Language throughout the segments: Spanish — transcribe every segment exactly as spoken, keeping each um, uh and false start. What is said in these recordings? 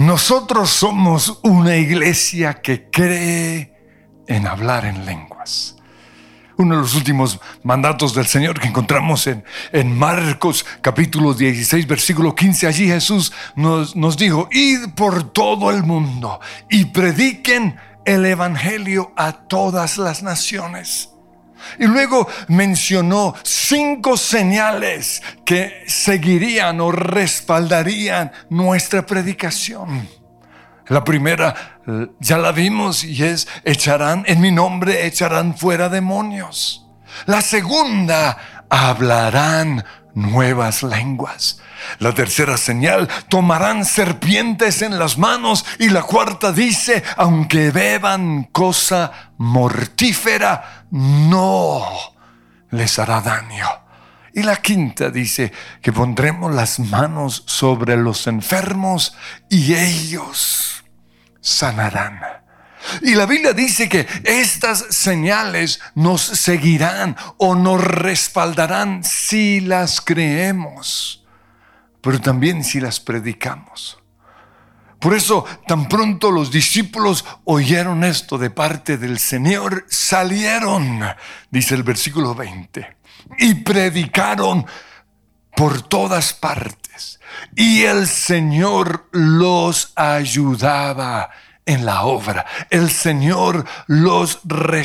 nosotros somos una iglesia que cree en hablar en lenguas. Uno de los últimos mandatos del Señor que encontramos en, en Marcos capítulo dieciséis, versículo quince. Allí Jesús nos, nos dijo: id por todo el mundo y prediquen el evangelio a todas las naciones. Y luego mencionó cinco señales que seguirían o respaldarían nuestra predicación. La primera ya la vimos y es: echarán en mi nombre, echarán fuera demonios. La segunda, hablarán nuevas lenguas. La tercera señal, tomarán serpientes en las manos. Y la cuarta dice: aunque beban cosa mortífera, no les hará daño. Y la quinta dice que pondremos las manos sobre los enfermos y ellos sanarán. Y la Biblia dice que estas señales nos seguirán o nos respaldarán si las creemos, pero también si las predicamos. Por eso, tan pronto los discípulos oyeron esto de parte del Señor, salieron, dice el versículo veinte, y predicaron por todas partes. Y el Señor los ayudaba en la obra. El Señor los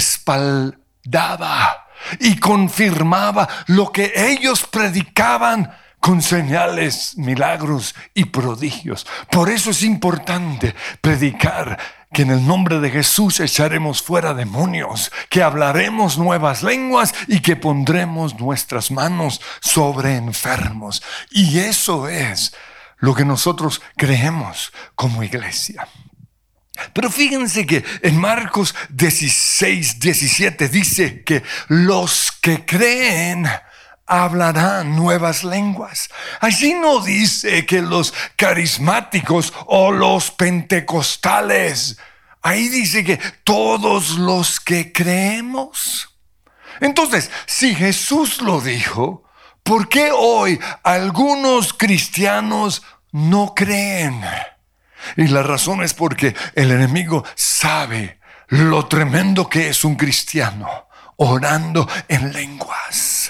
respaldaba y confirmaba lo que ellos predicaban con señales, milagros y prodigios. Por eso es importante predicar que en el nombre de Jesús echaremos fuera demonios, que hablaremos nuevas lenguas y que pondremos nuestras manos sobre enfermos. Y eso es lo que nosotros creemos como iglesia. Pero fíjense que en Marcos dieciséis, diecisiete dice que los que creen hablarán nuevas lenguas. Allí no dice que los carismáticos o los pentecostales. Ahí dice que todos los que creemos. Entonces, si Jesús lo dijo, ¿por qué hoy algunos cristianos no creen? Y la razón es porque el enemigo sabe lo tremendo que es un cristiano orando en lenguas.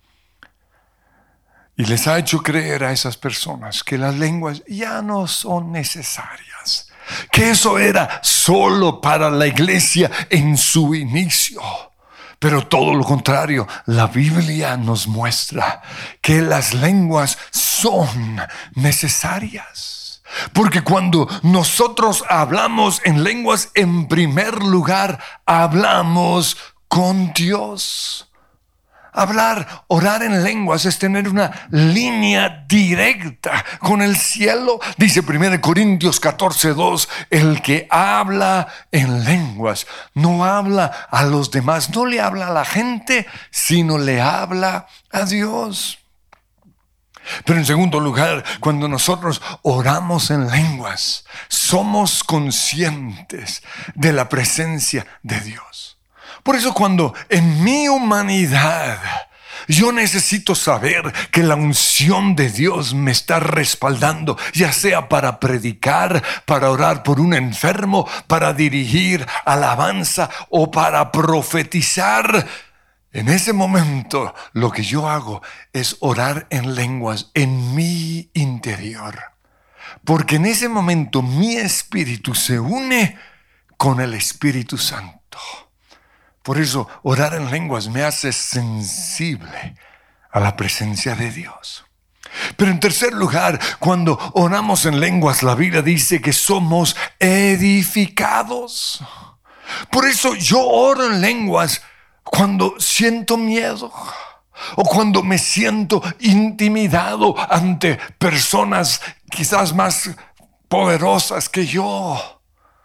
Y les ha hecho creer a esas personas que las lenguas ya no son necesarias, que eso era solo para la iglesia en su inicio. Pero todo lo contrario, la Biblia nos muestra que las lenguas son necesarias. Porque cuando nosotros hablamos en lenguas, en primer lugar, hablamos con Dios. Hablar, orar en lenguas es tener una línea directa con el cielo. Dice primera Corintios catorce, dos, el que habla en lenguas no habla a los demás, no le habla a la gente, sino le habla a Dios. Pero en segundo lugar, cuando nosotros oramos en lenguas, somos conscientes de la presencia de Dios. Por eso cuando en mi humanidad yo necesito saber que la unción de Dios me está respaldando, ya sea para predicar, para orar por un enfermo, para dirigir alabanza o para profetizar, en ese momento lo que yo hago es orar en lenguas en mi interior. Porque en ese momento mi espíritu se une con el Espíritu Santo. Por eso orar en lenguas me hace sensible a la presencia de Dios. Pero en tercer lugar, cuando oramos en lenguas, la Biblia dice que somos edificados. Por eso yo oro en lenguas cuando siento miedo o cuando me siento intimidado ante personas quizás más poderosas que yo.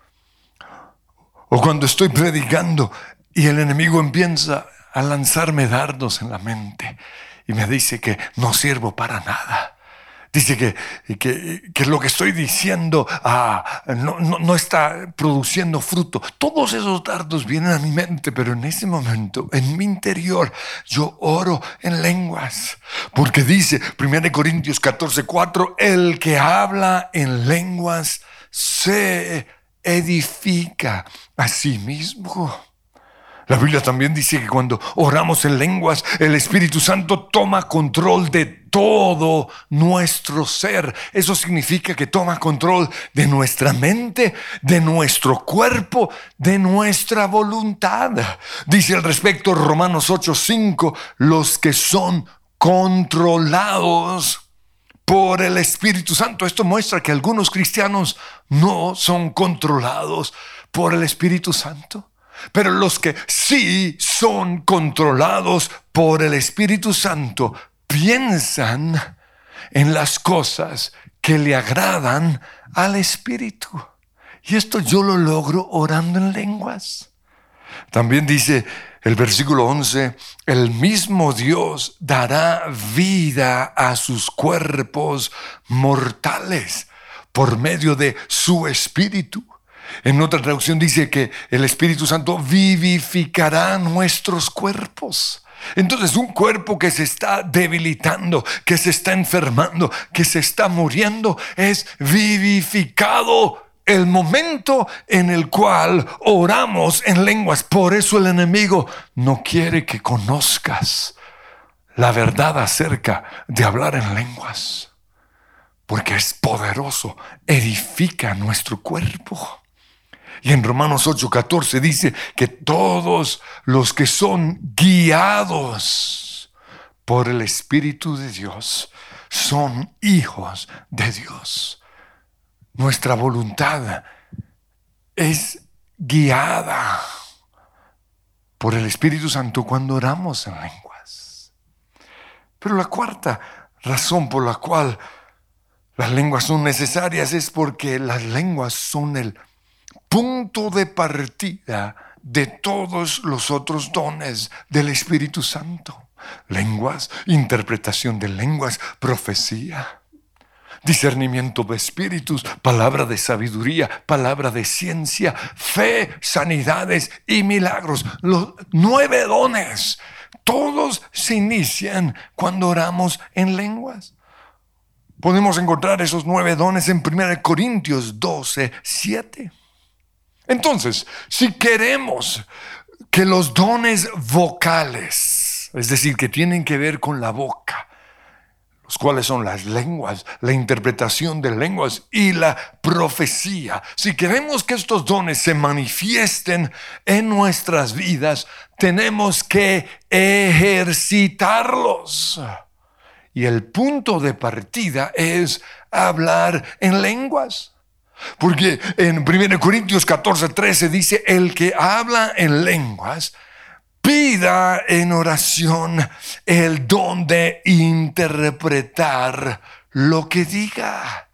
O cuando estoy predicando y el enemigo empieza a lanzarme dardos en la mente y me dice que no sirvo para nada. Dice que, que, que lo que estoy diciendo ah, no, no, no está produciendo fruto. Todos esos dardos vienen a mi mente, pero en ese momento, en mi interior, yo oro en lenguas. Porque dice primera Corintios catorce cuatro, el que habla en lenguas se edifica a sí mismo. La Biblia también dice que cuando oramos en lenguas, el Espíritu Santo toma control de todo nuestro ser. Eso significa que toma control de nuestra mente, de nuestro cuerpo, de nuestra voluntad. Dice al respecto Romanos ocho cinco, los que son controlados por el Espíritu Santo. Esto muestra que algunos cristianos no son controlados por el Espíritu Santo. Pero los que sí son controlados por el Espíritu Santo piensan en las cosas que le agradan al Espíritu. Y esto yo lo logro orando en lenguas. También dice el versículo once, el mismo Dios dará vida a sus cuerpos mortales por medio de su Espíritu. En otra traducción dice que el Espíritu Santo vivificará nuestros cuerpos. Entonces, un cuerpo que se está debilitando, que se está enfermando, que se está muriendo, es vivificado el momento en el cual oramos en lenguas. Por eso el enemigo no quiere que conozcas la verdad acerca de hablar en lenguas, porque es poderoso, edifica nuestro cuerpo. Y en Romanos ocho catorce dice que todos los que son guiados por el Espíritu de Dios son hijos de Dios. Nuestra voluntad es guiada por el Espíritu Santo cuando oramos en lenguas. Pero la cuarta razón por la cual las lenguas son necesarias es porque las lenguas son el punto de partida de todos los otros dones del Espíritu Santo. Lenguas, interpretación de lenguas, profecía, discernimiento de espíritus, palabra de sabiduría, palabra de ciencia, fe, sanidades y milagros. Los nueve dones, todos se inician cuando oramos en lenguas. Podemos encontrar esos nueve dones en primera Corintios doce siete. Entonces, si queremos que los dones vocales, es decir, que tienen que ver con la boca, los cuales son las lenguas, la interpretación de lenguas y la profecía, si queremos que estos dones se manifiesten en nuestras vidas, tenemos que ejercitarlos. Y el punto de partida es hablar en lenguas. Porque en primera Corintios catorce trece dice, el que habla en lenguas, pida en oración el don de interpretar lo que diga.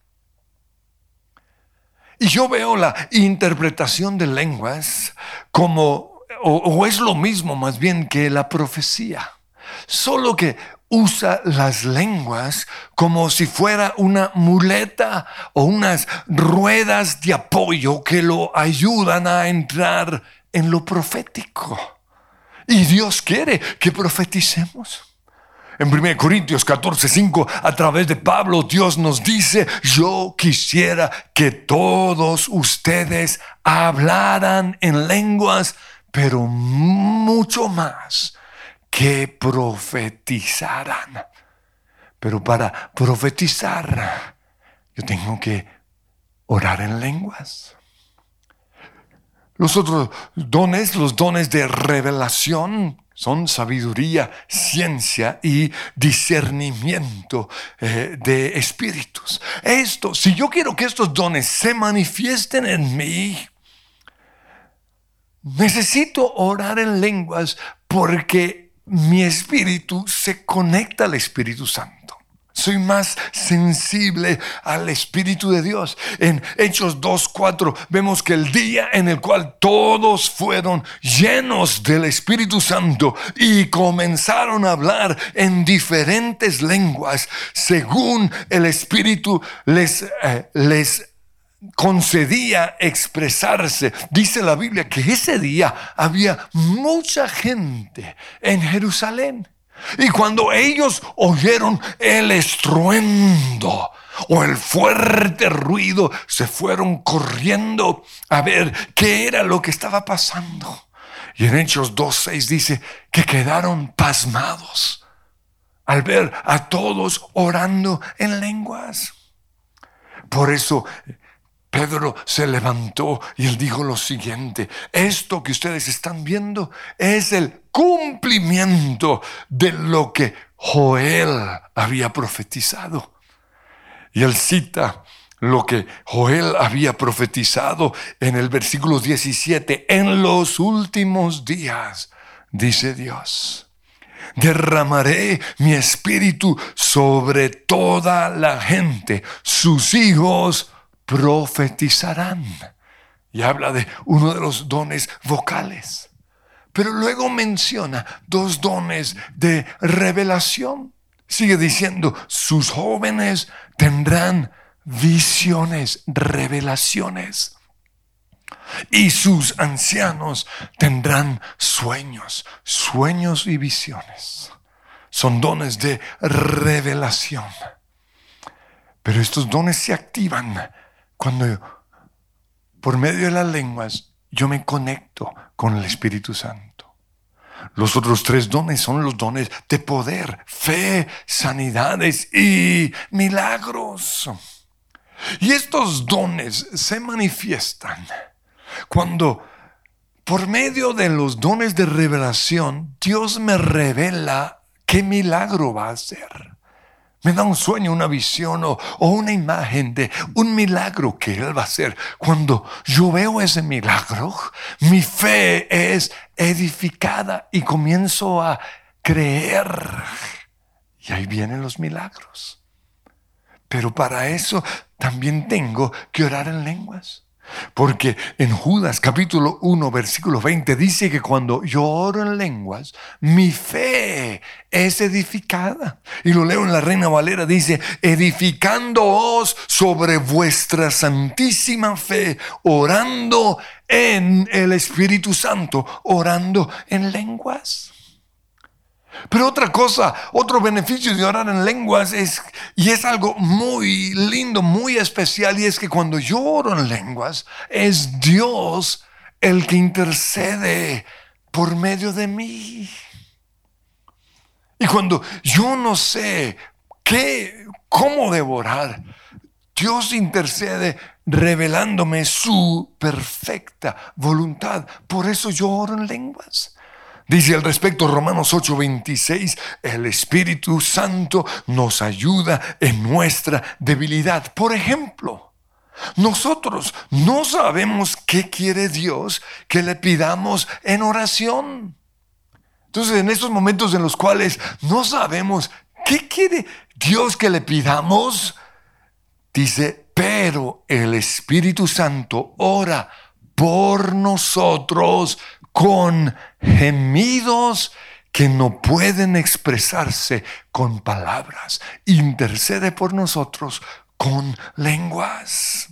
Y yo veo la interpretación de lenguas como, o, o es lo mismo más bien que la profecía, solo que usa las lenguas como si fuera una muleta o unas ruedas de apoyo que lo ayudan a entrar en lo profético. Y Dios quiere que profeticemos. En primera Corintios catorce cinco, a través de Pablo, Dios nos dice, yo quisiera que todos ustedes hablaran en lenguas, pero mucho más que profetizaran. Pero para profetizar, yo tengo que orar en lenguas. Los otros dones, los dones de revelación, son sabiduría, ciencia y discernimiento eh, de espíritus. Esto, si yo quiero que estos dones se manifiesten en mí, necesito orar en lenguas porque mi espíritu se conecta al Espíritu Santo. Soy más sensible al Espíritu de Dios. En Hechos dos cuatro vemos que el día en el cual todos fueron llenos del Espíritu Santo y comenzaron a hablar en diferentes lenguas, según el Espíritu les, eh, les concedía expresarse. Dice la Biblia que ese día había mucha gente en Jerusalén. Y cuando ellos oyeron el estruendo o el fuerte ruido, se fueron corriendo a ver qué era lo que estaba pasando. Y en Hechos dos seis dice que quedaron pasmados al ver a todos orando en lenguas. Por eso Pedro se levantó y él dijo lo siguiente: esto que ustedes están viendo es el cumplimiento de lo que Joel había profetizado. Y él cita lo que Joel había profetizado en el versículo diecisiete. En los últimos días, dice Dios, derramaré mi espíritu sobre toda la gente. Sus hijos profetizarán. Y habla de uno de los dones vocales. Pero luego menciona dos dones de revelación. Sigue diciendo, sus jóvenes tendrán visiones, revelaciones. Y sus ancianos tendrán sueños, sueños y visiones. Son dones de revelación. Pero estos dones se activan cuando por medio de las lenguas yo me conecto con el Espíritu Santo. Los otros tres dones son los dones de poder, fe, sanidades y milagros. Y estos dones se manifiestan cuando por medio de los dones de revelación Dios me revela qué milagro va a hacer. Me da un sueño, una visión o, o una imagen de un milagro que Él va a hacer. Cuando yo veo ese milagro, mi fe es edificada y comienzo a creer. Y ahí vienen los milagros. Pero para eso también tengo que orar en lenguas. Porque en Judas capítulo uno versículo veinte dice que cuando yo oro en lenguas, mi fe es edificada. Y lo leo en la Reina Valera, dice, edificándoos sobre vuestra santísima fe, orando en el Espíritu Santo, orando en lenguas. Pero otra cosa, otro beneficio de orar en lenguas es, y es algo muy lindo, muy especial, y es que cuando yo oro en lenguas, es Dios el que intercede por medio de mí. Y cuando yo no sé qué, cómo debo orar, Dios intercede revelándome su perfecta voluntad. Por eso yo oro en lenguas. Dice al respecto Romanos ocho veintiséis, el Espíritu Santo nos ayuda en nuestra debilidad. Por ejemplo, nosotros no sabemos qué quiere Dios que le pidamos en oración. Entonces, en estos momentos en los cuales no sabemos qué quiere Dios que le pidamos, dice, pero el Espíritu Santo ora por nosotros con gemidos que no pueden expresarse con palabras. Intercede por nosotros con lenguas.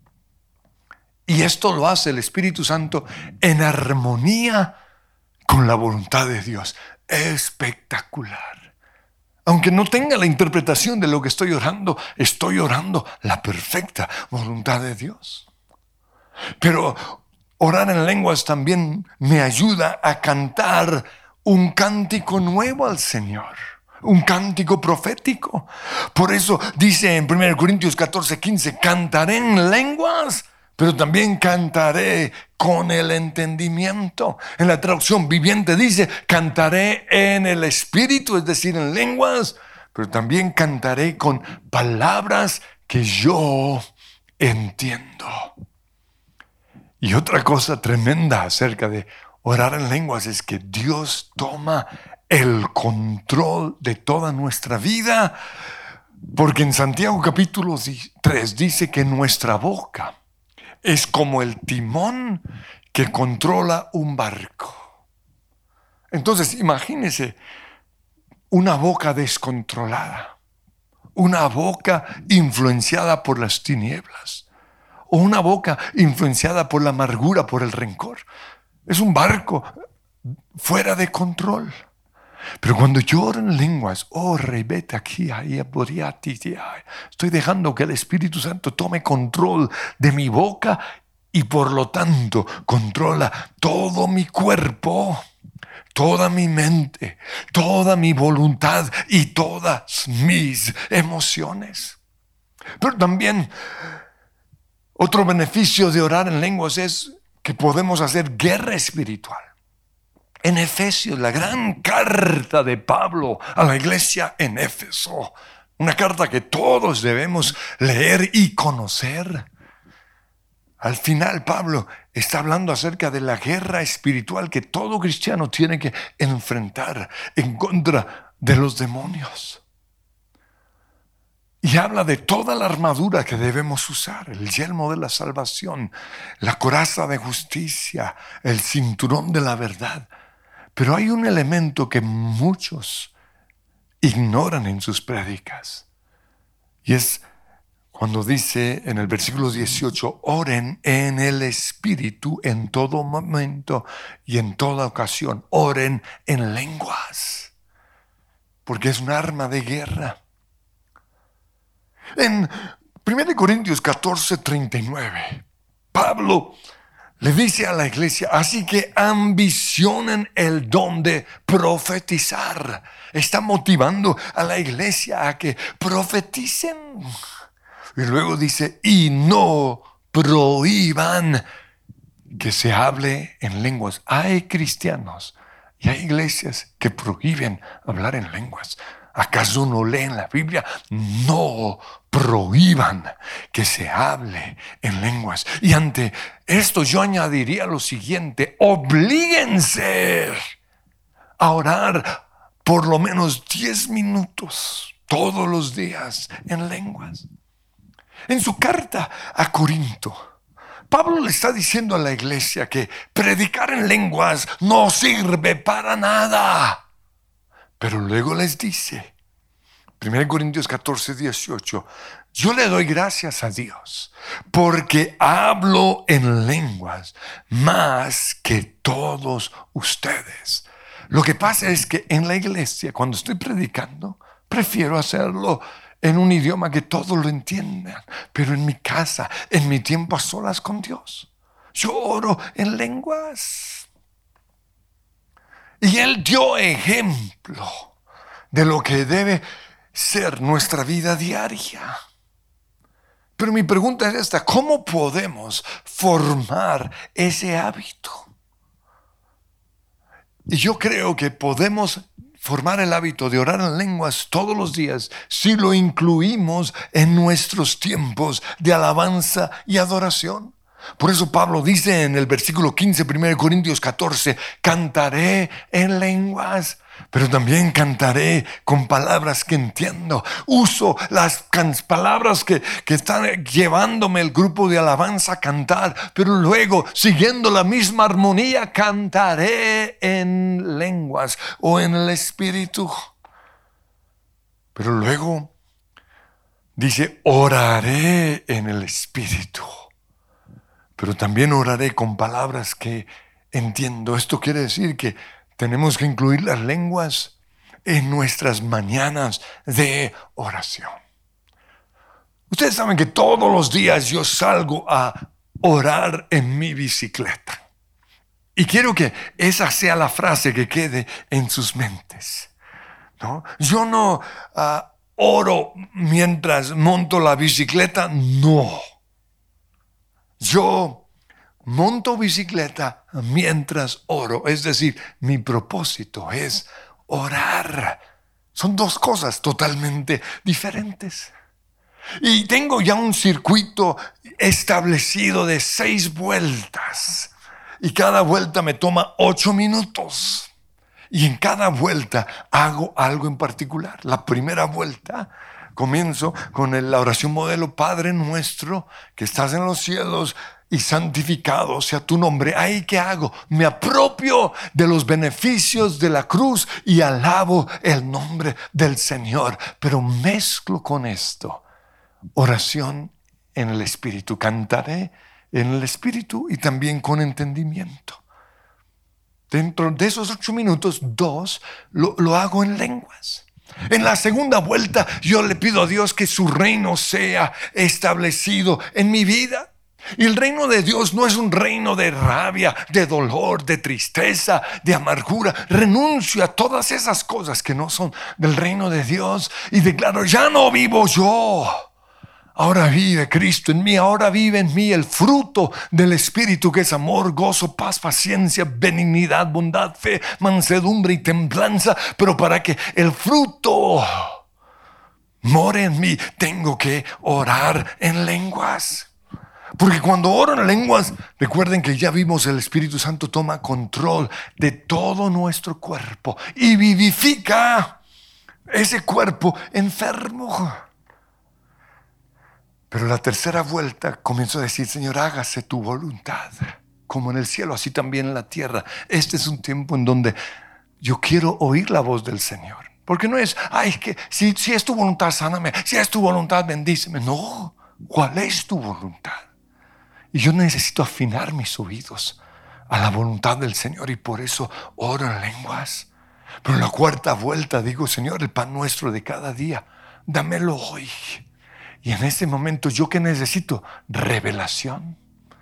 Y esto lo hace el Espíritu Santo en armonía con la voluntad de Dios. Espectacular. Aunque no tenga la interpretación de lo que estoy orando, estoy orando la perfecta voluntad de Dios. Pero orar en lenguas también me ayuda a cantar un cántico nuevo al Señor, un cántico profético. Por eso dice en primera Corintios catorce quince, cantaré en lenguas, pero también cantaré con el entendimiento. En la traducción viviente dice, cantaré en el Espíritu, es decir, en lenguas, pero también cantaré con palabras que yo entiendo. Y otra cosa tremenda acerca de orar en lenguas es que Dios toma el control de toda nuestra vida Porque en Santiago capítulo tres dice que nuestra boca es como el timón que controla un barco. Entonces, imagínese una boca descontrolada, una boca influenciada por las tinieblas, o una boca influenciada por la amargura, por el rencor. Es un barco fuera de control. Pero cuando yo oro en lenguas, oh, rebete aquí, estoy dejando que el Espíritu Santo tome control de mi boca y por lo tanto controla todo mi cuerpo, toda mi mente, toda mi voluntad y todas mis emociones. Pero también otro beneficio de orar en lenguas es que podemos hacer guerra espiritual. En Efesios, la gran carta de Pablo a la iglesia en Éfeso, una carta que todos debemos leer y conocer. Al final, Pablo está hablando acerca de la guerra espiritual que todo cristiano tiene que enfrentar en contra de los demonios. Y habla de toda la armadura que debemos usar: el yelmo de la salvación, la coraza de justicia, el cinturón de la verdad. Pero hay un elemento que muchos ignoran en sus prédicas, y es cuando dice en el versículo dieciocho, oren en el Espíritu en todo momento y en toda ocasión. Oren en lenguas, porque es un arma de guerra. En primera Corintios catorce, treinta y nueve, Pablo le dice a la iglesia: así que ambicionen el don de profetizar. Está motivando a la iglesia a que profeticen. Y luego dice: y no prohíban que se hable en lenguas. Hay cristianos y hay iglesias que prohíben hablar en lenguas. ¿Acaso no leen la Biblia? No prohíban que se hable en lenguas. Y ante esto yo añadiría lo siguiente: oblíguense a orar por lo menos diez minutos todos los días en lenguas. En su carta a Corinto, Pablo le está diciendo a la iglesia que predicar en lenguas no sirve para nada. Pero luego les dice, primera Corintios catorce, dieciocho, yo le doy gracias a Dios porque hablo en lenguas más que todos ustedes. Lo que pasa es que en la iglesia, cuando estoy predicando, prefiero hacerlo en un idioma que todos lo entiendan. Pero en mi casa, en mi tiempo a solas con Dios, yo oro en lenguas. Y Él dio ejemplo de lo que debe ser nuestra vida diaria. Pero mi pregunta es esta: ¿cómo podemos formar ese hábito? Y yo creo que podemos formar el hábito de orar en lenguas todos los días si lo incluimos en nuestros tiempos de alabanza y adoración. Por eso Pablo dice en el versículo quince, primera Corintios catorce, cantaré en lenguas, pero también cantaré con palabras que entiendo. Uso las can- palabras que, que están llevándome el grupo de alabanza a cantar, pero luego, siguiendo la misma armonía, cantaré en lenguas o en el Espíritu. Pero luego dice, oraré en el Espíritu, pero también oraré con palabras que entiendo. Esto quiere decir que tenemos que incluir las lenguas en nuestras mañanas de oración. Ustedes saben que todos los días yo salgo a orar en mi bicicleta. Y quiero que esa sea la frase que quede en sus mentes, ¿no? Yo no uh, oro mientras monto la bicicleta, no. Yo monto bicicleta mientras oro, es decir, mi propósito es orar. Son dos cosas totalmente diferentes. Y tengo ya un circuito establecido de seis vueltas. Y cada vuelta me toma ocho minutos. Y en cada vuelta hago algo en particular. La primera vuelta Comienzo con la oración modelo: Padre nuestro que estás en los cielos, y santificado sea tu nombre. ¿Ahí qué hago? Me apropio de los beneficios de la cruz y alabo el nombre del Señor. Pero mezclo con esto oración en el Espíritu. Cantaré en el Espíritu y también con entendimiento. Dentro de esos ocho minutos, dos lo, lo hago en lenguas. En la segunda vuelta yo le pido a Dios que su reino sea establecido en mi vida. Y el reino de Dios no es un reino de rabia, de dolor, de tristeza, de amargura. Renuncio a todas esas cosas que no son del reino de Dios y declaro: ya no vivo yo, ahora vive Cristo en mí. Ahora vive en mí el fruto del Espíritu, que es amor, gozo, paz, paciencia, benignidad, bondad, fe, mansedumbre y templanza. Pero para que el fruto more en mí, tengo que orar en lenguas. Porque cuando oro en lenguas, recuerden que ya vimos, el Espíritu Santo toma control de todo nuestro cuerpo y vivifica ese cuerpo enfermo. Pero la tercera vuelta comienzo a decir: Señor, hágase tu voluntad, como en el cielo, así también en la tierra. Este es un tiempo en donde yo quiero oír la voz del Señor. Porque no es: ay, que si, si es tu voluntad, sáname, si es tu voluntad, bendíceme. No, ¿cuál es tu voluntad? Y yo necesito afinar mis oídos a la voluntad del Señor, y por eso oro en lenguas. Pero en la cuarta vuelta digo: Señor, el pan nuestro de cada día, dámelo hoy. Y en ese momento, ¿yo qué necesito? Revelación.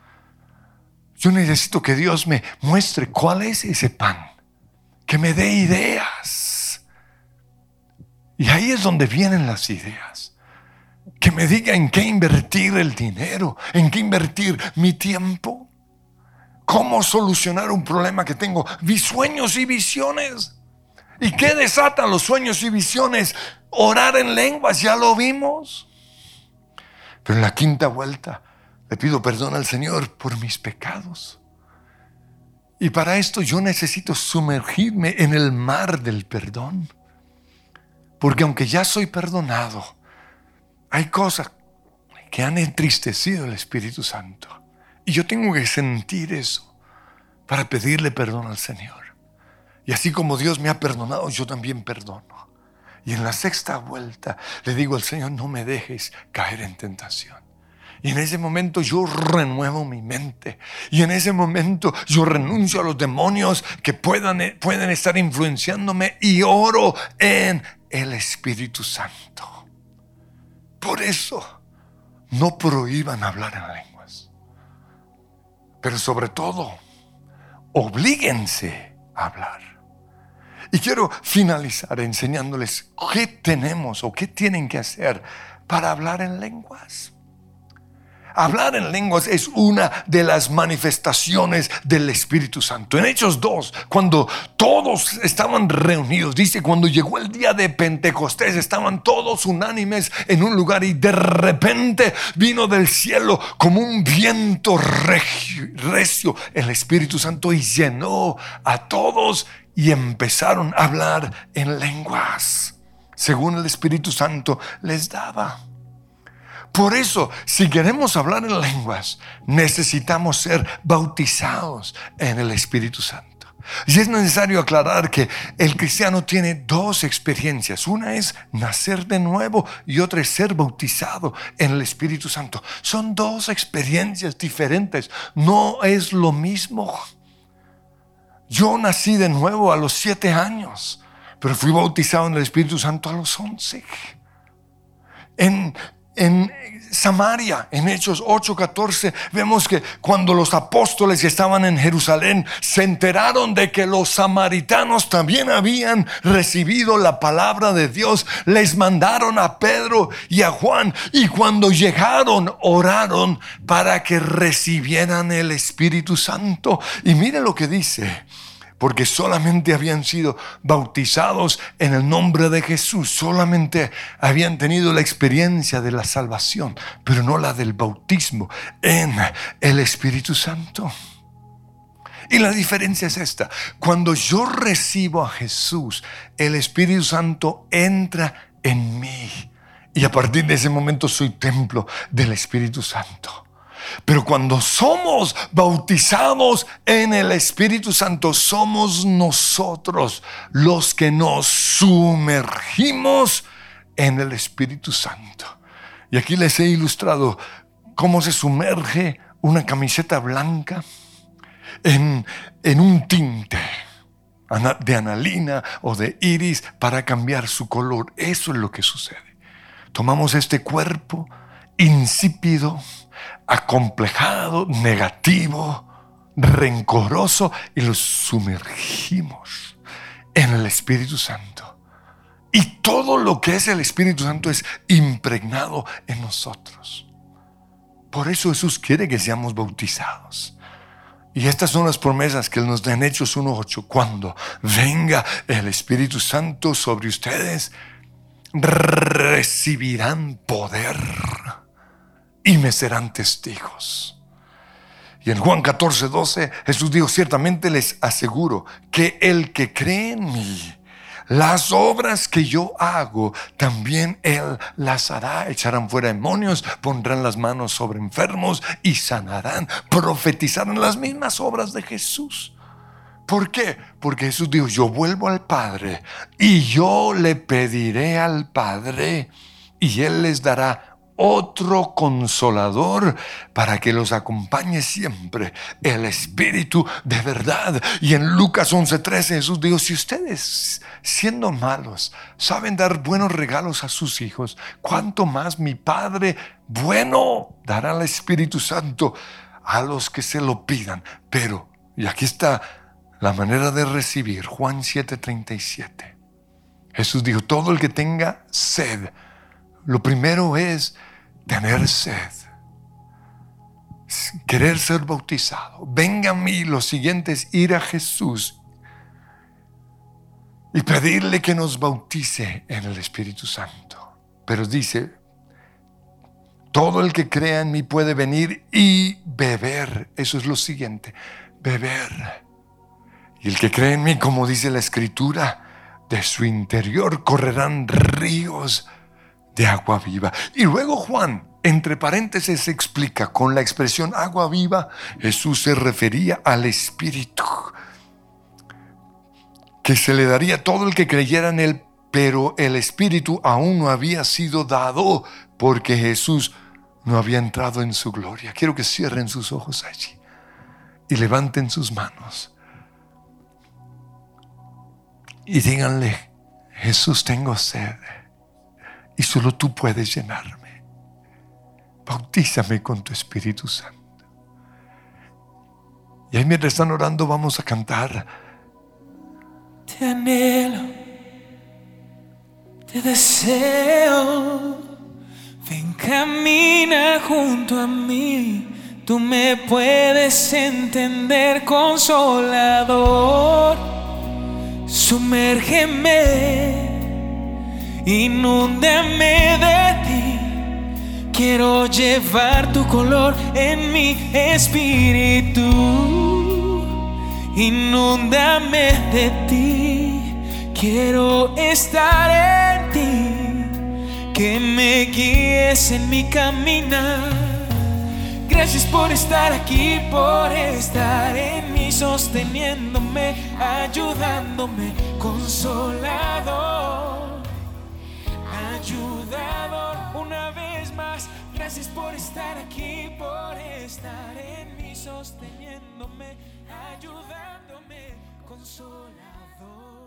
Yo necesito que Dios me muestre cuál es ese pan, que me dé ideas. Y ahí es donde vienen las ideas. Que me diga en qué invertir el dinero, en qué invertir mi tiempo, cómo solucionar un problema que tengo. Vi sueños y visiones. ¿Y qué desatan los sueños y visiones? Orar en lenguas, ya lo vimos. Pero en la quinta vuelta le pido perdón al Señor por mis pecados. Y para esto yo necesito sumergirme en el mar del perdón. Porque aunque ya soy perdonado, hay cosas que han entristecido al Espíritu Santo. Y yo tengo que sentir eso para pedirle perdón al Señor. Y así como Dios me ha perdonado, yo también perdono. Y en la sexta vuelta le digo al Señor: no me dejes caer en tentación. Y en ese momento yo renuevo mi mente. Y en ese momento yo renuncio a los demonios que puedan, pueden estar influenciándome, y oro en el Espíritu Santo. Por eso, no prohíban hablar en lenguas. Pero sobre todo, oblíguense a hablar. Y quiero finalizar enseñándoles qué tenemos o qué tienen que hacer para hablar en lenguas. Hablar en lenguas es una de las manifestaciones del Espíritu Santo. En Hechos dos, cuando todos estaban reunidos, dice: cuando llegó el día de Pentecostés, estaban todos unánimes en un lugar, y de repente vino del cielo como un viento regio, recio el Espíritu Santo, y llenó a todos, y empezaron a hablar en lenguas según el Espíritu Santo les daba. Por eso, si queremos hablar en lenguas, necesitamos ser bautizados en el Espíritu Santo. Y es necesario aclarar que el cristiano tiene dos experiencias. Una es nacer de nuevo, y otra es ser bautizado en el Espíritu Santo. Son dos experiencias diferentes. No es lo mismo. Yo nací de nuevo a los siete años, pero fui bautizado en el Espíritu Santo a los once. En En Samaria, en Hechos ocho catorce, vemos que cuando los apóstoles estaban en Jerusalén, se enteraron de que los samaritanos también habían recibido la palabra de Dios. Les mandaron a Pedro y a Juan, y cuando llegaron, oraron para que recibieran el Espíritu Santo. Y mire lo que dice: porque solamente habían sido bautizados en el nombre de Jesús, solamente habían tenido la experiencia de la salvación, pero no la del bautismo en el Espíritu Santo. Y la diferencia es esta: cuando yo recibo a Jesús, el Espíritu Santo entra en mí Y a partir de ese momento soy templo del Espíritu Santo. Pero cuando somos bautizados en el Espíritu Santo, somos nosotros los que nos sumergimos en el Espíritu Santo. Y aquí les he ilustrado cómo se sumerge una camiseta blanca en, en un tinte de analina o de iris para cambiar su color. Eso es lo que sucede. Tomamos este cuerpo insípido, acomplejado, negativo, rencoroso y lo sumergimos en el Espíritu Santo. Y todo lo que es el Espíritu Santo es impregnado en nosotros. Por eso Jesús quiere que seamos bautizados. Y estas son las promesas que Él nos da en Hechos uno ocho. Cuando venga el Espíritu Santo sobre ustedes, recibirán poder y me serán testigos. Y en Juan catorce doce Jesús dijo: ciertamente les aseguro que el que cree en mí, las obras que yo hago, también Él las hará. Echarán fuera demonios, pondrán las manos sobre enfermos y sanarán, profetizarán las mismas obras de Jesús. ¿Por qué? Porque Jesús dijo: yo vuelvo al Padre y yo le pediré al Padre y Él les dará otro consolador para que los acompañe siempre, el Espíritu de verdad. Y en Lucas once trece Jesús dijo: si ustedes, siendo malos, saben dar buenos regalos a sus hijos, ¿cuánto más mi Padre bueno dará al Espíritu Santo a los que se lo pidan? Pero, y aquí está la manera de recibir, Juan siete treinta y siete. Jesús dijo: todo el que tenga sed, lo primero es tener sed, querer ser bautizado. Venga a mí. Lo siguiente es ir a Jesús y pedirle que nos bautice en el Espíritu Santo. Pero dice: todo el que crea en mí puede venir y beber. Eso es lo siguiente, beber. Y el que cree en mí, como dice la Escritura, de su interior correrán ríos de agua viva. Y luego Juan, entre paréntesis, explica con la expresión agua viva, Jesús se refería al Espíritu que se le daría a todo el que creyera en Él, pero el Espíritu aún no había sido dado porque Jesús no había entrado en su gloria. Quiero que cierren sus ojos allí y levanten sus manos y díganle: Jesús, tengo sed y solo tú puedes llenarme. Bautízame con tu Espíritu Santo. Y ahí, mientras están orando, vamos a cantar: te anhelo, te deseo, ven, camina junto a mí, tú me puedes entender, consolador, sumérgeme, inúndame de ti, quiero llevar tu color en mi espíritu. Inúndame de ti, quiero estar en ti, que me guíes en mi caminar. Gracias por estar aquí, por estar en mí, sosteniéndome, ayudándome, consolador, ayudador. Una vez más, gracias por estar aquí, por estar en mí, sosteniéndome, ayudándome, consolador.